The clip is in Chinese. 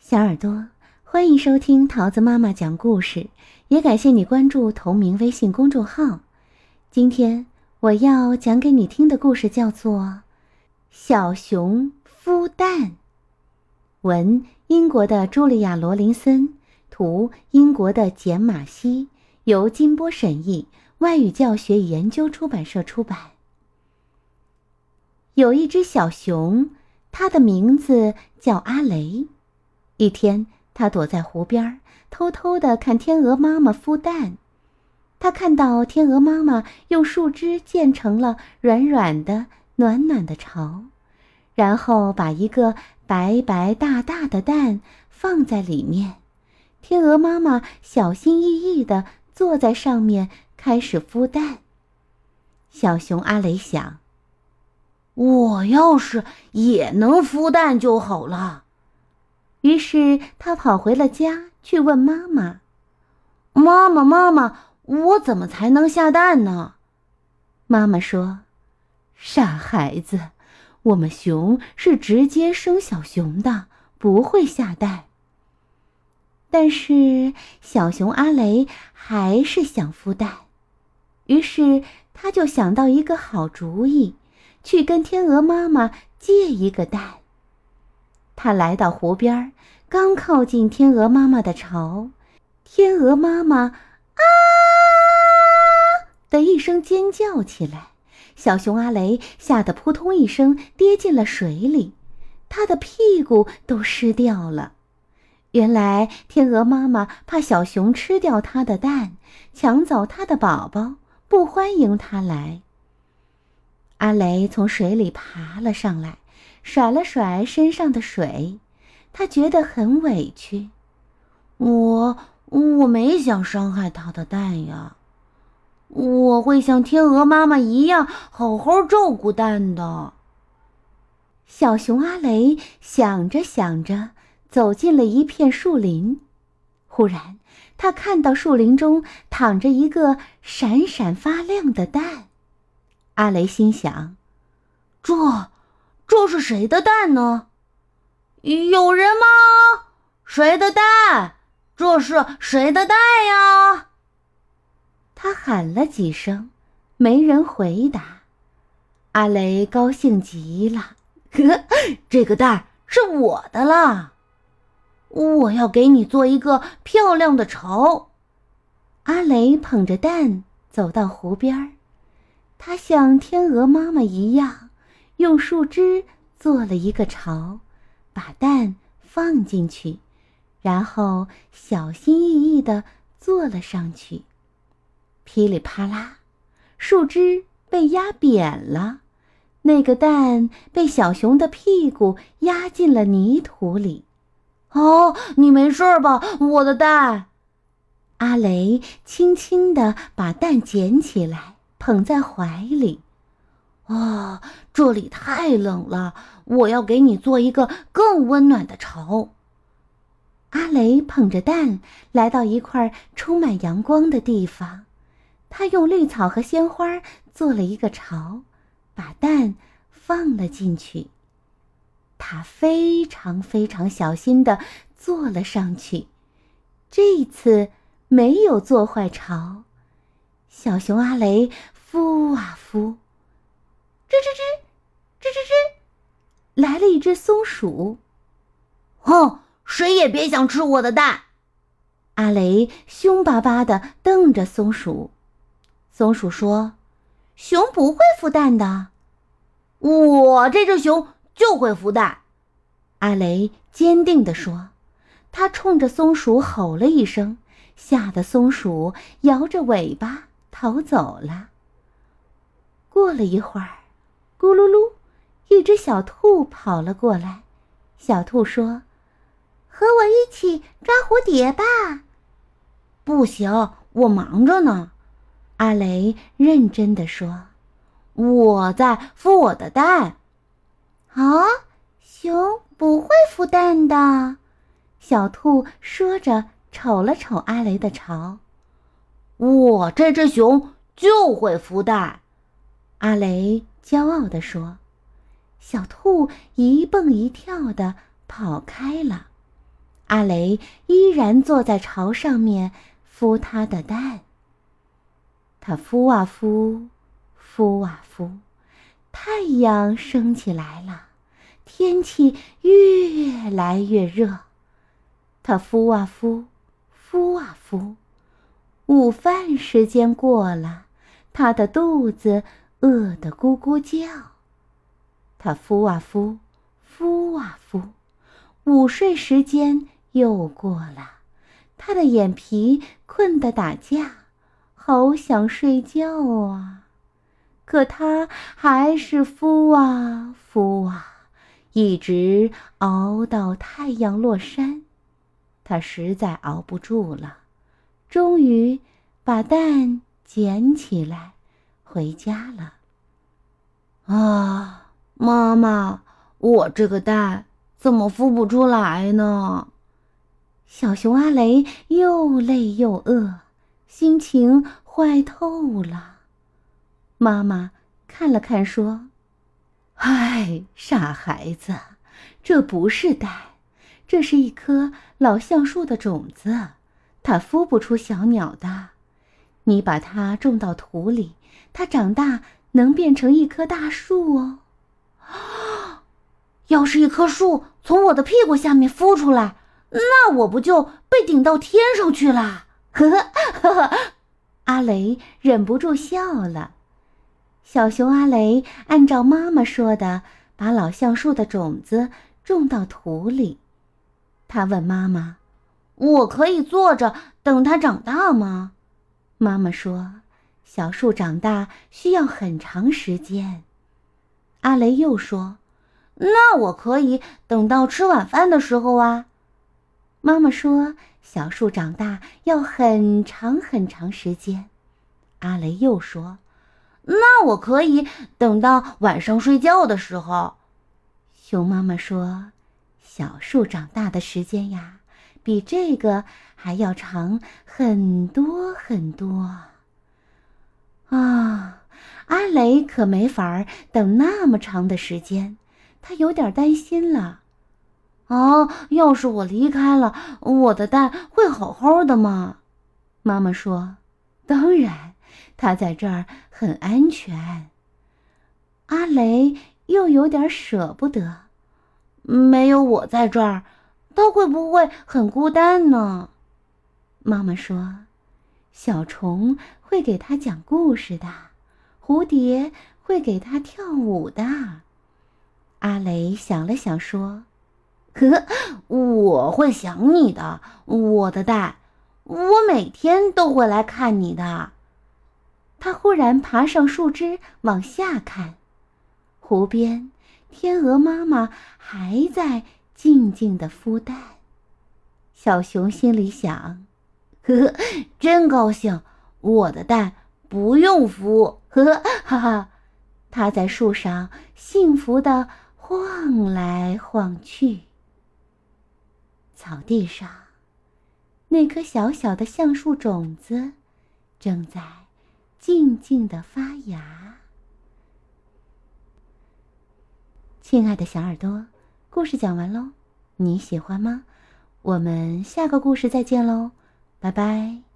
小耳朵，欢迎收听桃子妈妈讲故事，也感谢你关注同名微信公众号。今天我要讲给你听的故事叫做《小熊孵蛋》，文英国的茱莉亚·罗林森，图英国的简·马西，由金波审译，外语教学与研究出版社出版。有一只小熊，它的名字叫阿雷。一天，他躲在湖边，偷偷地看天鹅妈妈孵蛋。他看到天鹅妈妈用树枝建成了软软的、暖暖的巢，然后把一个白白大大的蛋放在里面。天鹅妈妈小心翼翼地坐在上面，开始孵蛋。小熊阿雷想， 我要是也能孵蛋就好了。 于是他跑回了家，去问妈妈：“ 妈妈，我怎么才能下蛋呢？” 妈妈说：“傻孩子，我们熊是直接生小熊的，不会下蛋。”但是小熊阿雷还是想孵蛋，于是他就想到一个好主意，去跟天鹅妈妈借一个蛋。他来到湖边，刚靠近天鹅妈妈的巢，天鹅妈妈啊的一声尖叫起来，小熊阿雷吓得扑通一声跌进了水里，他的屁股都湿掉了。原来天鹅妈妈怕小熊吃掉它的蛋，抢走它的宝宝，不欢迎它来。阿雷从水里爬了上来，甩了甩身上的水，他觉得很委屈。 我没想伤害他的蛋呀，我会像天鹅妈妈一样好好照顾蛋的。 小熊阿雷想着想着，走进了一片树林。忽然，他看到树林中躺着一个闪闪发亮的蛋。阿雷心想， 这是谁的蛋呢？有人吗？谁的蛋？这是谁的蛋呀？ 他喊了几声，没人回答。阿雷高兴极了， 这个蛋是我的啦！我要给你做一个漂亮的巢。 阿雷捧着蛋走到湖边，他像天鹅妈妈一样，用树枝做了一个巢，把蛋放进去，然后小心翼翼地坐了上去。噼里啪啦，树枝被压扁了，那个蛋被小熊的屁股压进了泥土里。 哦，你没事吧，我的蛋？ 阿雷轻轻地把蛋捡起来，捧在怀里。 这里太冷了，我要给你做一个更温暖的巢。 阿雷捧着蛋来到一块充满阳光的地方，他用绿草和鲜花做了一个巢，把蛋放了进去。他非常非常小心地坐了上去，这次没有做坏巢。小熊阿雷孵啊孵，吱吱吱，吱吱吱，来了一只松鼠。 谁也别想吃我的蛋！ 阿雷凶巴巴地瞪着松鼠。松鼠说：“熊不会孵蛋的。” 我这只熊就会孵蛋。 阿雷坚定地说。他冲着松鼠吼了一声，吓得松鼠摇着尾巴逃走了。过了一会儿，咕噜噜，一只小兔跑了过来。小兔说：“和我一起抓蝴蝶吧。” 不行，我忙着呢。 阿雷认真地说：“ 我在孵我的蛋。” 熊不会孵蛋的。小兔说着，瞅了瞅阿雷的巢。 我这只熊就会孵蛋。 阿雷骄傲地说。小兔一蹦一跳地跑开了。 阿雷依然坐在巢上面孵它的蛋。它孵啊孵，孵啊孵，太阳升起来了，天气越来越热。它孵啊孵，孵啊孵，午饭时间过了，它的肚子饿得咕咕叫。它孵啊孵，孵啊孵，午睡时间又过了，它的眼皮困得打架，好想睡觉啊！可它还是孵啊孵啊，一直熬到太阳落山。它实在熬不住了，终于把蛋捡起来，回家了。啊，妈妈，我这个蛋怎么孵不出来呢？小熊阿雷又累又饿，心情坏透了。妈妈看了看说：“唉，傻孩子，这不是蛋，这是一颗老橡树的种子，它孵不出小鸟的。你把它种到土里，它长大能变成一棵大树哦。要是一棵树从我的屁股下面孵出来，那我不就被顶到天上去了？”呵呵，阿雷忍不住笑了。小熊阿雷按照妈妈说的，把老橡树的种子种到土里。他问妈妈：“我可以坐着等它长大吗？”妈妈说：“小树长大需要很长时间。”阿雷又说：“那我可以等到吃晚饭的时候啊。”妈妈说：“小树长大要很长很长时间。”阿雷又说：“那我可以等到晚上睡觉的时候。”熊妈妈说：“小树长大的时间呀，比这个还要长很多很多。”啊，阿雷可没法等那么长的时间，他有点担心了。要是我离开了，我的蛋会好好的吗？妈妈说：“当然，它在这儿很安全。”阿雷又有点舍不得，没有我在这儿，它会不会很孤单呢？妈妈说：“小虫会给它讲故事的，蝴蝶会给它跳舞的。”阿雷想了想说：“我会想你的，我的蛋，我每天都会来看你的。”他忽然爬上树枝往下看，湖边天鹅妈妈还在静静地孵蛋。小熊心里想：“真高兴，我的蛋不用孵。”哈哈，它在树上幸福地晃来晃去。草地上，那颗小小的橡树种子正在静静地发芽。亲爱的小耳朵，故事讲完喽，你喜欢吗？我们下个故事再见喽，拜拜。